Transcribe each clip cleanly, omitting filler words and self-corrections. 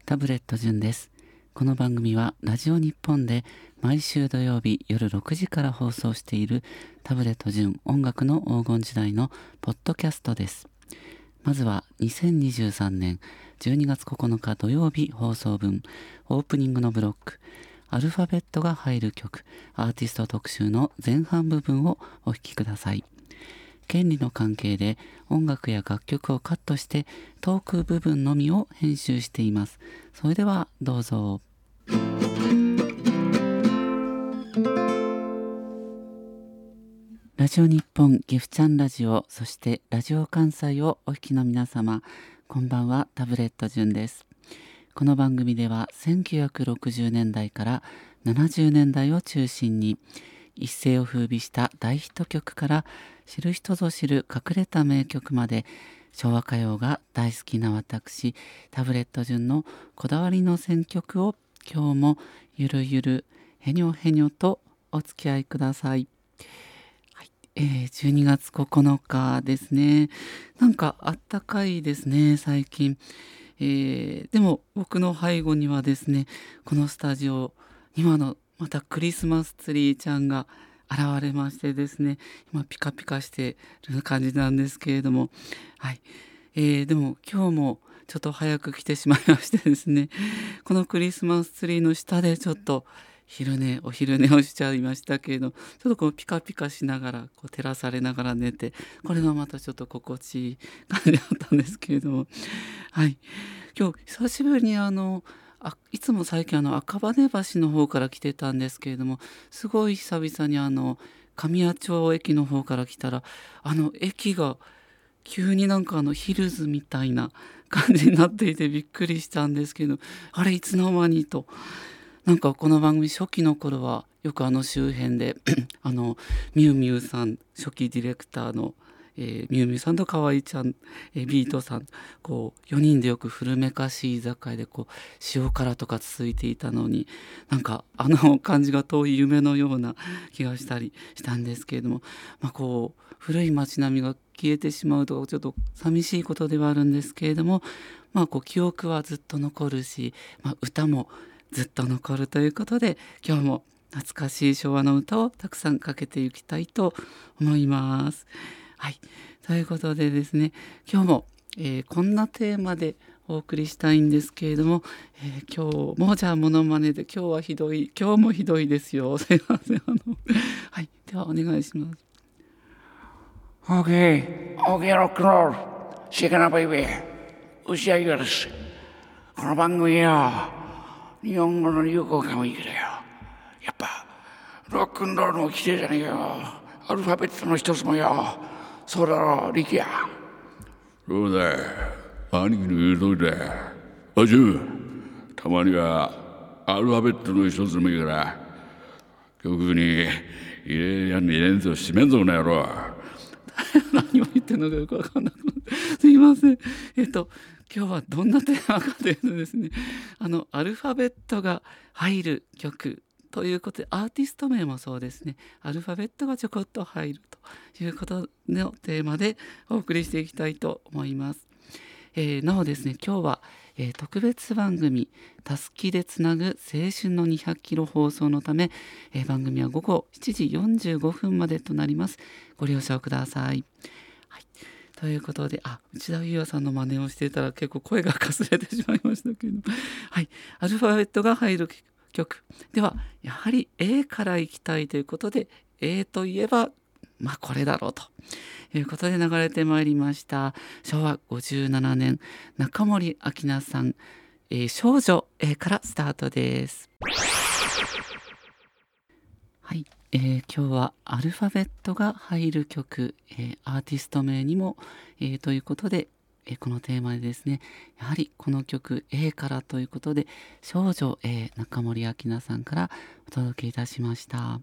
タブレット順です。この番組はラジオ日本で毎週土曜日夜6時から放送しているタブレット順音楽の黄金時代のポッドキャストです。まずは2023年12月9日土曜日放送分オープニングのブロックアルファベットが入る曲アーティスト特集の前半部分をお聴きください。権利の関係で音楽や楽曲をカットしてトーク部分のみを編集しています。それではどうぞ。ラジオ日本ギフチャンラジオ、そしてラジオ関西をお聞きの皆様、こんばんは。タブレット順です。この番組では1960年代から70年代を中心に一世を風靡した大ヒット曲から知る人ぞ知る隠れた名曲まで、昭和歌謡が大好きな私タブレット順のこだわりの選曲を今日もゆるゆるへにょへにょとお付き合いください。12月9日ですね。なんかあったかいですね最近。でも僕の背後にはですね、このスタジオ今のまたクリスマスツリーちゃんが現れましてですね、今ピカピカしてる感じなんですけれども、はい、でも今日もちょっと早く来てしまいましてですね、このクリスマスツリーの下でちょっとお昼寝をしちゃいましたけれど、ちょっとこうピカピカしながらこう照らされながら寝て、これがまたちょっと心地いい感じだったんですけれども、はい、今日久しぶりにいつも最近赤羽橋の方から来てたんですけれども、すごい久々に神谷町駅の方から来たら、駅が急になんかヒルズみたいな感じになっていてびっくりしたんですけど、あれいつの間にと。なんかこの番組初期の頃はよく周辺でミュウミュウさん初期ディレクターのミュウミュウさんと河合ちゃん、ビートさん、こう4人でよく古めかしい居酒屋でこう塩辛とか続いていたのに、なんか感じが遠い夢のような気がしたりしたんですけれども、こう古い街並みが消えてしまうとちょっと寂しいことではあるんですけれども、こう記憶はずっと残るし、歌もずっと残るということで、今日も懐かしい昭和の歌をたくさんかけていきたいと思います。はい、ということでですね、今日も、こんなテーマでお送りしたいんですけれども、今日もじゃあモノマネで今日もひどいですよ。すいません。はい、ではお願いします。 OK、OK ロックンロール、シェイカナベイビー、牛谷です。この番組は日本語の流行歌もいいけどよ、やっぱロックンロールの規定じゃねえよ。アルファベットの一つもよ。そうだろ、力也。 そうだ、兄貴の言う通りだ。あじゅう、たまにはアルファベットの一つでもいいから曲に入れんぞ、しめんぞ、この野郎。 何を言ってるのかよく分かんなくなって、すいません。今日はどんなテーマかというとですね、アルファベットが入る曲ということで、アーティスト名もそうですね、アルファベットがちょこっと入るということのテーマでお送りしていきたいと思います。なおですね、今日は、特別番組たすきでつなぐ青春の200キロ放送のため、番組は午後7時45分までとなります。ご了承ください。はい、ということで、内田裕也さんの真似をしていたら結構声がかすれてしまいましたけど、はい、アルファベットが入る曲ではやはり A からいきたいということで、 A といえばこれだろうということで流れてまいりました。昭和57年中森明菜さん、少女 A からスタートです。はい、今日はアルファベットが入る曲、アーティスト名にも、ということで、このテーマでですね、やはりこの曲 A からということで、少女 A 中森明菜さんからお届けいたしました。はい、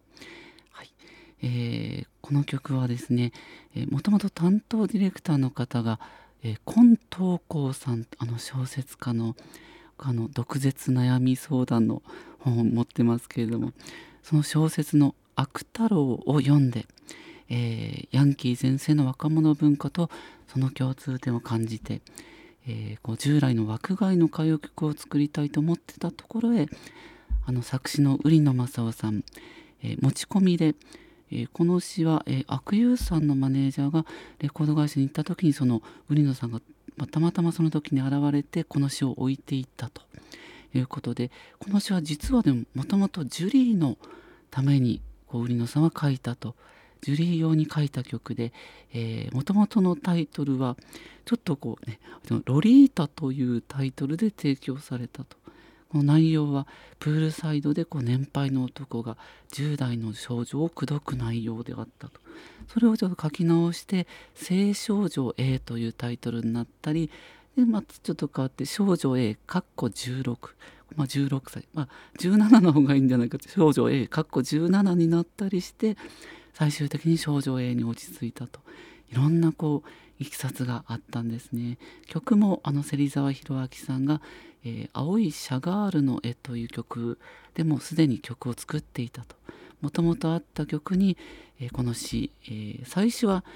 この曲はですね、もともと担当ディレクターの方が、今東光さん、小説家の毒舌悩み相談の本を持ってますけれども、その小説の悪太郎を読んで、ヤンキー全盛の若者文化とその共通点を感じて、 こう従来の枠外の歌謡曲を作りたいと思ってたところへ作詞の売野正夫さん、持ち込みで、この詩は、阿久悠さんのマネージャーがレコード会社に行った時にその売野さんがたまたまその時に現れてこの詩を置いていったということで、この詩は実はでももともとジュリーのために売野さんは書いたと、ジュリー用に書いた曲で、もともとのタイトルはちょっとこうねロリータというタイトルで提供されたと。この内容はプールサイドで年配の男が10代の少女を口説く内容であったと。それをちょっと書き直して青少女 A というタイトルになったりで、ちょっと変わって少女 A 16、16歳、17の方がいいんじゃないかって少女 A 17になったりして最終的に少女 A に落ち着いたと。いろんないきさつがあったんですね。曲も芹沢宏明さんが青いシャガールの絵という曲でもすでに曲を作っていたと。もともとあった曲に、この詩、最初は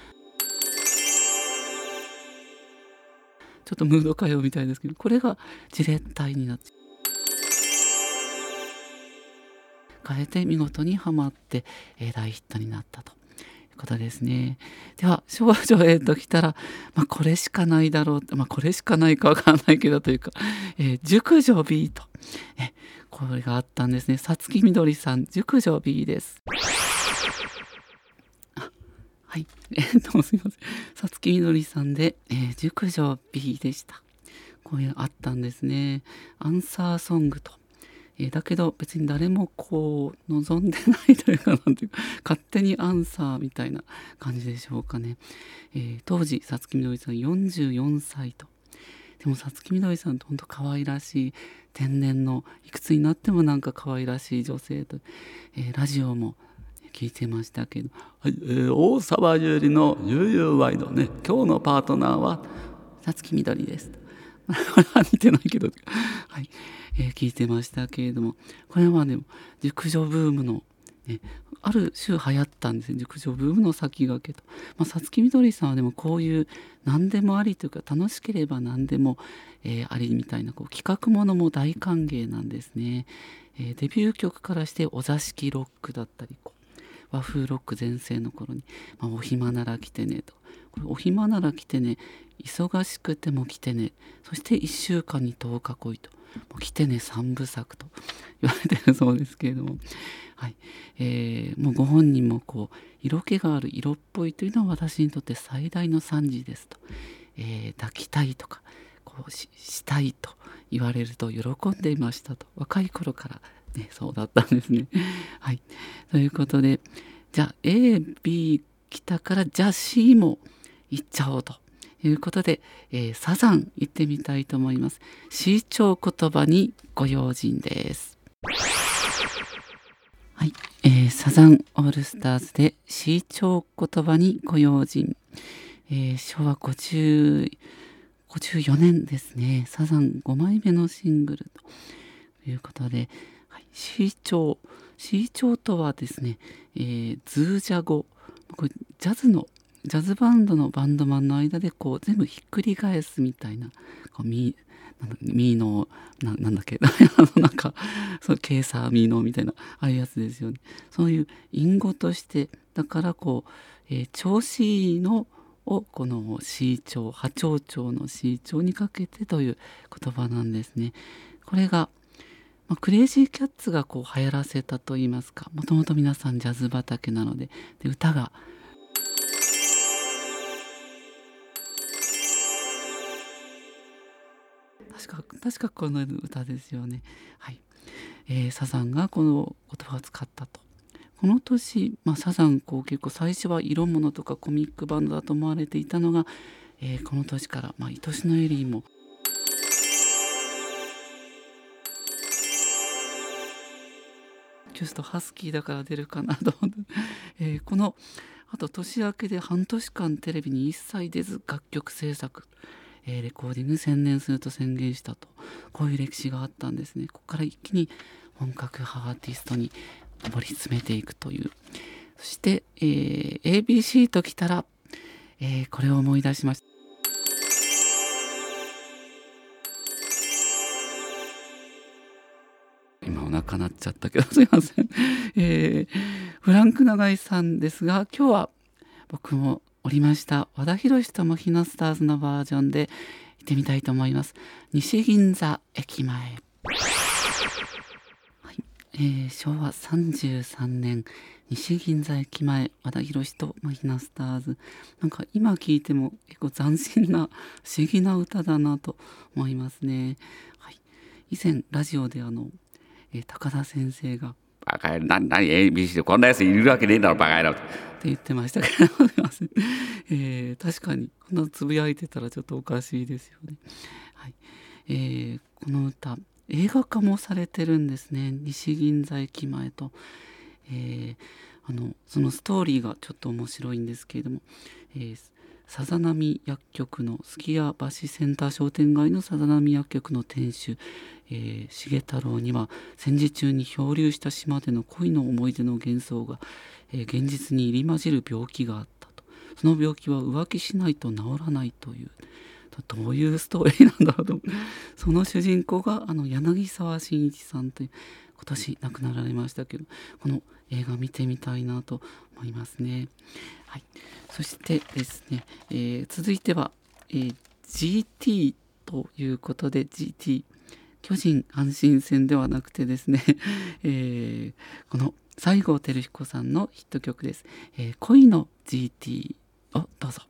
ちょっとムード歌謡みたいですけど、これがジレッタイになって変えて見事にはまって、大ヒットになったということですね。では少女 A ときたら、これしかないだろう、これしかないかわからないけどというか、熟女 B と、これがあったんですね。さつきみどりさん、熟女 B です。はい、すいません。さつきみどりさんで、熟女 B でした。こういうのあったんですね。アンサーソングと。だけど別に誰もこう望んでないというか、なんていうか勝手にアンサーみたいな感じでしょうかね。当時さつきみどりさん44歳と。でもさつきみどりさんって本当可愛らしい天然のいくつになってもなんか可愛らしい女性と、ラジオも聞いてましたけど、はい、大沢優里の悠々ワイドね、今日のパートナーはさつきみどりですと。これは似てないけど、はい、聞いてましたけれども、これはでも熟女ブームの、ある種流行ったんですね。熟女ブームの先駆けと。さつきみどりさんはでもこういう何でもありというか楽しければ何でも、ありみたいな企画ものも大歓迎なんですね。デビュー曲からしてお座敷ロックだったり和風ロック全盛の頃に、お暇なら来てねと。これお暇なら来てね、忙しくても来てね、そして1週間に10日来いと、もう来てね3部作と言われてるそうですけれども、はい、もうご本人も色気がある色っぽいというのは私にとって最大の賛辞ですと。抱きたいとかしたいと言われると喜んでいましたと。若い頃からそうだったんですね。はい、ということで、じゃあ A、B 来たからじゃあ C も行っちゃおうということで、サザン行ってみたいと思います。C 調言葉にご用心です。はい、サザンオールスターズで C 調言葉にご用心、昭和54年ですね。サザン5枚目のシングルということで、はい、C 調とはですね、ズージャ語、これジャズバンドのバンドマンの間で全部ひっくり返すみたいな、ミーノなんだっけなんかそうケーサーミーノみたいなああいうやつですよね。そういう隠語としてだから調子のをこの C 調、波長調の C 調にかけてという言葉なんですね。これがクレイジーキャッツが流行らせたといいますか、もともと皆さんジャズ畑なので、歌が確かこの歌ですよね。はい、サザンがこの言葉を使ったと。この年、サザン結構最初は色物とかコミックバンドだと思われていたのが、この年から、愛しのエリーもちょっとハスキーだから出るかなと思って、このあと年明けで半年間テレビに一切出ず楽曲制作、レコーディングに専念すると宣言したと。こういう歴史があったんですね。ここから一気に本格派アーティストに上り詰めていくという。そして、ABC ときたら、これを思い出しました。 今お腹鳴っちゃったけどすいません、フランク永井さんですが、今日は僕もおりました和田博ともひなスターズのバージョンで行ってみたいと思います。西銀座駅前、昭和33年西銀座駅前、和田博とマヒナスターズ。なんか今聴いても結構斬新な不思議な歌だなと思いますね。はい、以前ラジオで高田先生がバカ野郎、何 ABC でこんなやついるわけねえだろバカ野郎って言ってましたけどすいません、確かにこんなつぶやいてたらちょっとおかしいですよね。はい、この歌映画化もされてるんですね。西銀座駅前と、そのストーリーがちょっと面白いんですけれども、さざ波薬局のすき家橋センター商店街のさざ波薬局の店主、重太郎には戦時中に漂流した島での恋の思い出の幻想が、現実に入り混じる病気があったと。その病気は浮気しないと治らないという、どういうストーリーなんだろうと。その主人公が柳沢慎一さんという今年亡くなられましたけど、この映画見てみたいなと思いますね。はい、そしてですね、続いては、GT ということで GT 巨人阪神戦ではなくてですね、この西郷輝彦さんのヒット曲です。恋の GT をどうぞ。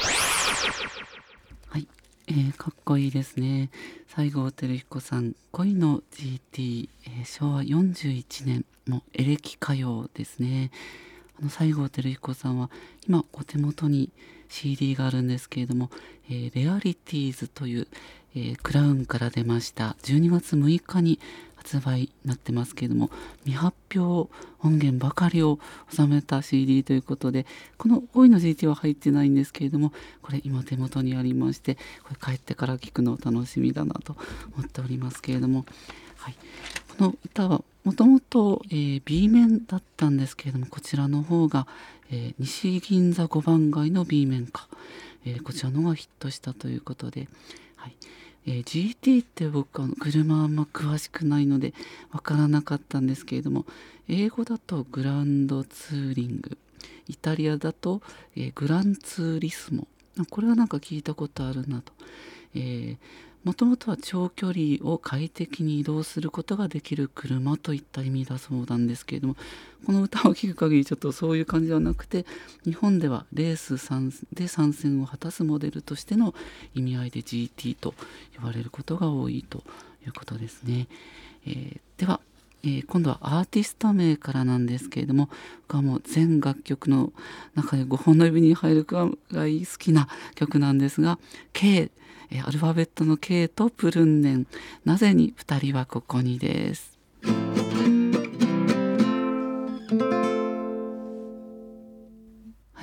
はい、かっこいいですね。西郷輝彦さん、恋の GT、昭和41年もエレキ歌謡ですね。西郷輝彦さんは今お手元に CD があるんですけれども、レアリティーズという、クラウンから出ました12月6日に発売になってますけれども、未発表音源ばかりを収めた CD ということで、この恋の GT は入ってないんですけれども、これ今手元にありまして、これ帰ってから聴くの楽しみだなと思っておりますけれども、はい、この歌はもともと B 面だったんですけれども、こちらの方が、西銀座5番街の B 面か、こちらの方がヒットしたということで、はい、GT って僕は車あんま詳しくないのでわからなかったんですけれども、英語だとグランドツーリング、イタリアだと、グランツーリスモ、これはなんか聞いたことあるなと。もともとは長距離を快適に移動することができる車といった意味だそうなんですけれども、この歌を聴く限りちょっとそういう感じではなくて、日本ではレースで参戦を果たすモデルとしての意味合いで GT と呼ばれることが多いということですね。では、今度はアーティスト名からなんですけれども、僕はもう全楽曲の中で5本の指に入るくらい好きな曲なんですが、K、アルファベットの K とプルンネン、なぜに二人はここにです。はい、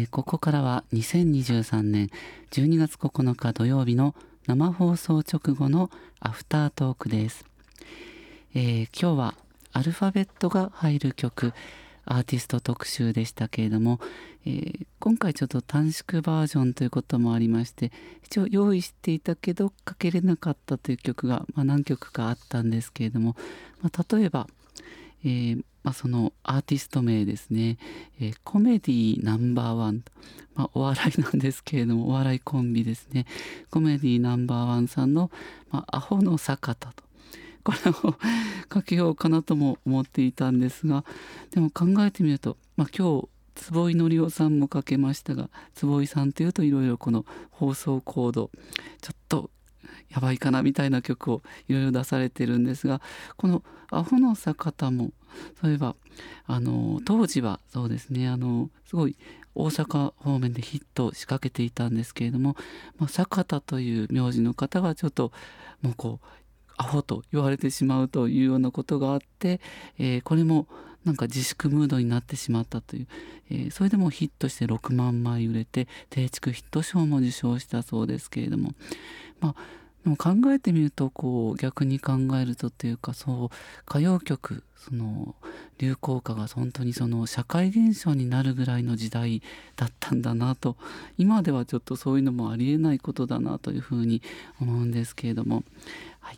ここからは2023年12月9日土曜日の生放送直後のアフタートークです。今日はアルファベットが入る曲、アーティスト特集でしたけれども、今回ちょっと短縮バージョンということもありまして、一応用意していたけどかけれなかったという曲が、何曲かあったんですけれども、例えば、そのアーティスト名ですね、コメディナンバーワン、お笑いなんですけれども、お笑いコンビですね、コメディナンバーワンさんの、アホの坂田と、これをかけようかなとも思っていたんですが、でも考えてみると、今日坪井紀夫さんもかけましたが、坪井さんというといろいろこの放送コードちょっとやばいかなみたいな曲をいろいろ出されてるんですが、このアホの坂田もそういえば当時はそうですね、すごい大阪方面でヒット仕掛けていたんですけれども、坂田という名字の方がちょっともうこうアホと言われてしまうというようなことがあって、これもなんか自粛ムードになってしまったという、それでもヒットして6万枚売れて定畜ヒット賞も受賞したそうですけれども、でも考えてみると逆に考えるとというか、歌謡曲その流行歌が本当にその社会現象になるぐらいの時代だったんだなと、今ではちょっとそういうのもありえないことだなというふうに思うんですけれども、はい、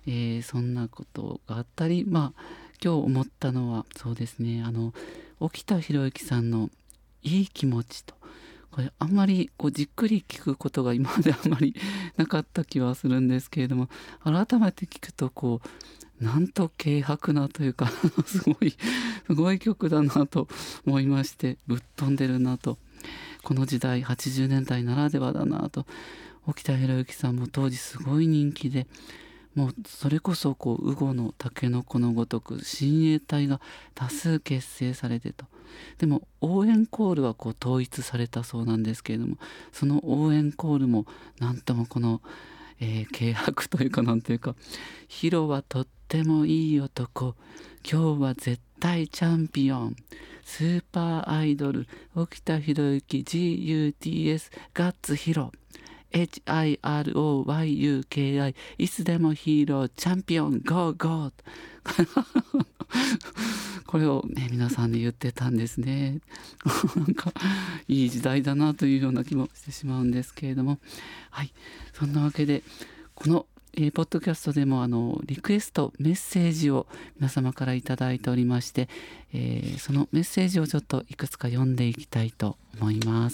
そんなことがあったり、今日思ったのはそうですね、沖田博之さんのいい気持ちと、これあんまりじっくり聞くことが今まであんまりなかった気はするんですけれども、改めて聞くとなんと軽薄なというかすごい曲だなと思いまして、ぶっ飛んでるなと、この時代80年代ならではだなと。沖田博之さんも当時すごい人気で、もうそれこそウゴのタケノコのごとく親衛隊が多数結成されてと。でも応援コールは統一されたそうなんですけれども、その応援コールもなんとも軽薄というか、なんていうか、ヒロはとってもいい男、今日は絶対チャンピオン、スーパーアイドル沖田博之 GUTS ガッツヒロ、HIROYUKI いつでもヒーローチャンピオンゴーゴーこれをね、皆さんで言ってたんですね。なんかいい時代だなというような気もしてしまうんですけれども、はい、そんなわけでこのポッドキャストでもリクエストメッセージを皆様からいただいておりまして、そのメッセージをちょっといくつか読んでいきたいと思います。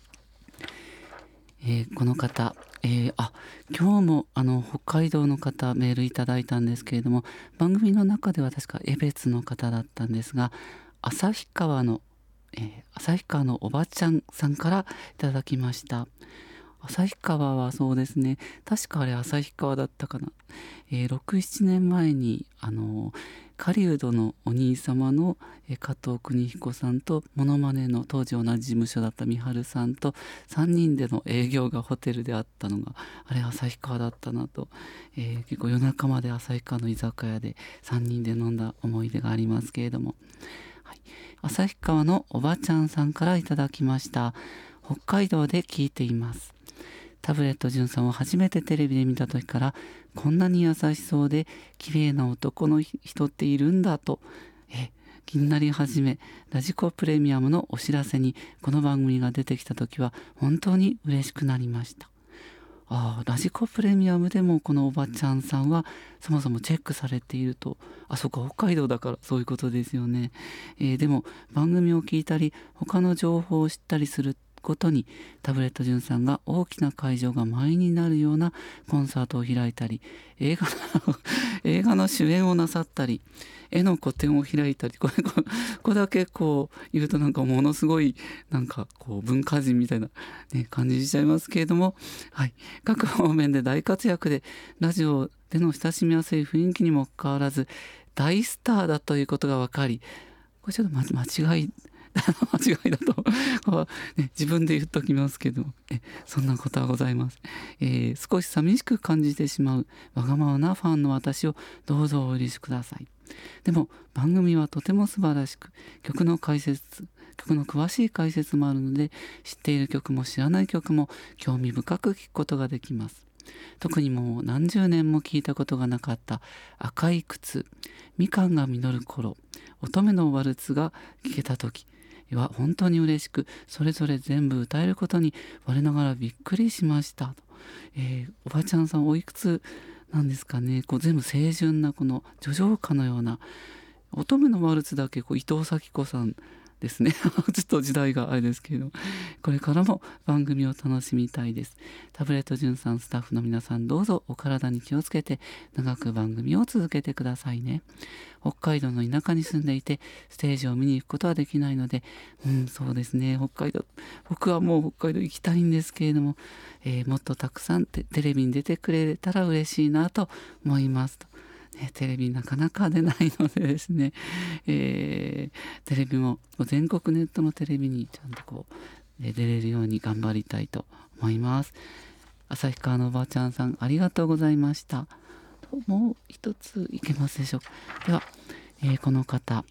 この方、今日も北海道の方メールいただいたんですけれども、番組の中では確か江別の方だったんですが、旭川のおばちゃんさんからいただきました。旭川はそうですね、確かあれ旭川だったかな、6、7年前に狩人のお兄様の加藤邦彦さんとモノマネの当時同じ事務所だった三春さんと3人での営業がホテルであったのがあれ旭川だったなと、結構夜中まで旭川の居酒屋で3人で飲んだ思い出がありますけれども、はい、旭川のおばちゃんさんからいただきました。北海道で聞いています。タブレット純さんを初めてテレビで見た時から、こんなに優しそうで綺麗な男の人っているんだと気になり始め、ラジコプレミアムのお知らせにこの番組が出てきた時は本当に嬉しくなりました。ラジコプレミアムでもこのおばちゃんさんはそもそもチェックされていると。そうか、北海道だからそういうことですよね。でも番組を聞いたり他の情報を知ったりするごとに、タブレット純さんが大きな会場が満員になるようなコンサートを開いたり、映画の主演をなさったり、絵の個展を開いたり、これだけ言うとなんかものすごいなんか文化人みたいな、感じしちゃいますけれども、はい、各方面で大活躍で、ラジオでの親しみやすい雰囲気にもかかわらず大スターだということが分かり、これちょっと間違いだと自分で言っときますけど、そんなことはございます。少し寂しく感じてしまうわがままなファンの私をどうぞお許しください。でも番組はとても素晴らしく、曲の詳しい解説もあるので、知っている曲も知らない曲も興味深く聴くことができます。特にもう何十年も聞いたことがなかった赤い靴、みかんが実る頃、乙女のワルツが聴けた時は本当に嬉しく、それぞれ全部歌えることに我ながらびっくりしましたと。おばちゃんさんおいくつなんですかね。全部清純なこの叙情歌のような、乙女のワルツだけ伊藤咲子さんですねちょっと時代があれですけれども、これからも番組を楽しみたいです。タブレット純さん、スタッフの皆さん、どうぞお体に気をつけて長く番組を続けてくださいね。北海道の田舎に住んでいてステージを見に行くことはできないので、そうですね、僕はもう北海道行きたいんですけれども、もっとたくさんテレビに出てくれたら嬉しいなと思いますと。テレビなかなか出ないのでですね、テレビも全国ネットのテレビにちゃんと出れるように頑張りたいと思います。旭川のおばあちゃんさん、ありがとうございました。もう一ついけますでしょうか。では、この方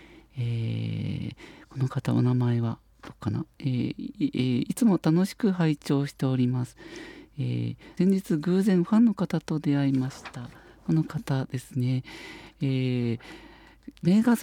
お名前はどうかな、いつも楽しく拝聴しております。先日偶然ファンの方と出会いました。この方ですね、名画座で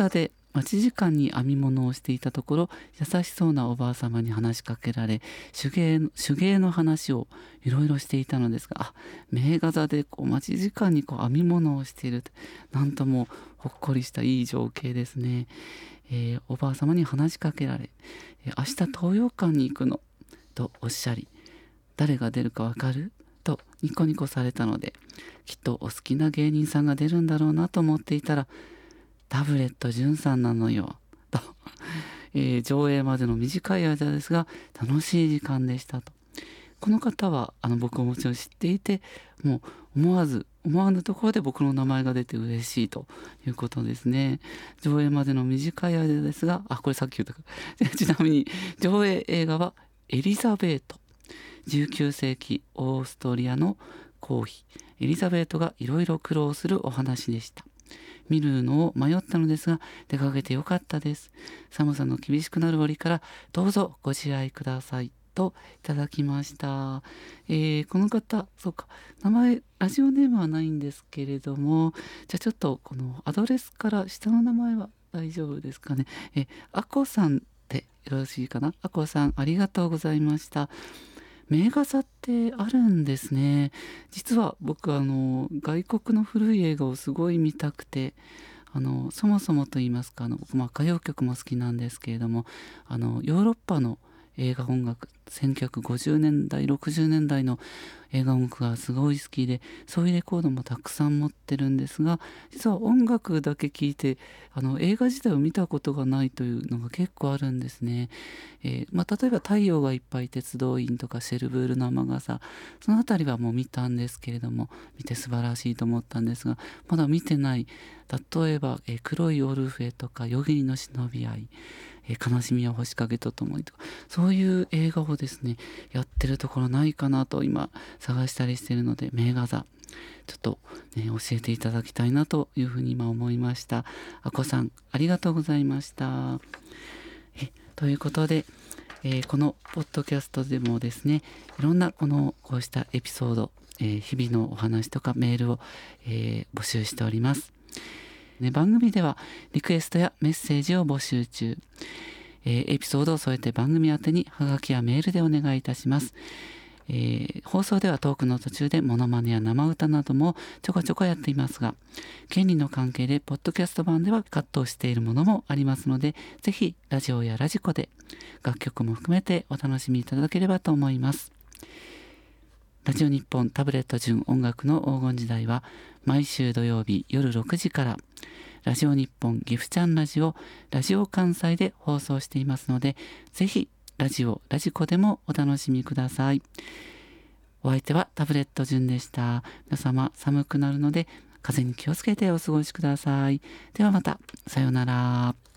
待ち時間に編み物をしていたところ、優しそうなおばあ様に話しかけられ、手芸の話をいろいろしていたのですが、名画座で待ち時間に編み物をしているって、なんともほっこりしたいい情景ですね。おばあ様に話しかけられ、明日東洋館に行くのとおっしゃり、誰が出るかわかるとニコニコされたので、きっとお好きな芸人さんが出るんだろうなと思っていたら、タブレット純さんなのよと、上映までの短い間ですが楽しい時間でしたと。この方は僕ももちろん知っていて、もう思わぬところで僕の名前が出て嬉しいということですね。上映までの短い間ですが、これさっき言ったからちなみに上映映画はエリザベート、19世紀オーストリアの皇妃エリザベートがいろいろ苦労するお話でした。見るのを迷ったのですが出かけてよかったです。寒さの厳しくなる折からどうぞご自愛くださいといただきました。この方、そうか、名前ラジオネームはないんですけれども、じゃあちょっとこのアドレスから下の名前は大丈夫ですかね。あこさんでよろしいかな。あこさん、ありがとうございました。名画座ってあるんですね。実は僕外国の古い映画をすごい見たくて、そもそもと言いますか、僕歌謡曲も好きなんですけれども、ヨーロッパの映画音楽、1950年代60年代の映画音楽がすごい好きで、そういうレコードもたくさん持ってるんですが、実は音楽だけ聴いて映画自体を見たことがないというのが結構あるんですね。例えば太陽がいっぱい鉄道員とかシェルブールの雨傘、そのあたりはもう見たんですけれども、見て素晴らしいと思ったんですが、まだ見てない例えば黒いオルフェとか夜霧の忍び合い、悲しみは星影とともにとか、そういう映画をですねやってるところないかなと今探したりしているので、名画座ちょっと、教えていただきたいなというふうに今思いました。あこさん、ありがとうございました。ということで、このポッドキャストでもですね、いろんなこうしたエピソード、日々のお話とかメールを、募集しております。番組ではリクエストやメッセージを募集中。エピソードを添えて番組宛てにハガキやメールでお願いいたします。放送ではトークの途中でモノマネや生歌などもちょこちょこやっていますが、権利の関係でポッドキャスト版ではカットをしているものもありますので、ぜひラジオやラジコで楽曲も含めてお楽しみいただければと思います。ラジオ日本タブレット純音楽の黄金時代は毎週土曜日夜6時から、ラジオ日本ギフチャンラジオ、ラジオ関西で放送していますので、ぜひラジオ、ラジコでもお楽しみください。お相手はタブレット純でした。皆様寒くなるので風に気をつけてお過ごしください。ではまた、さようなら。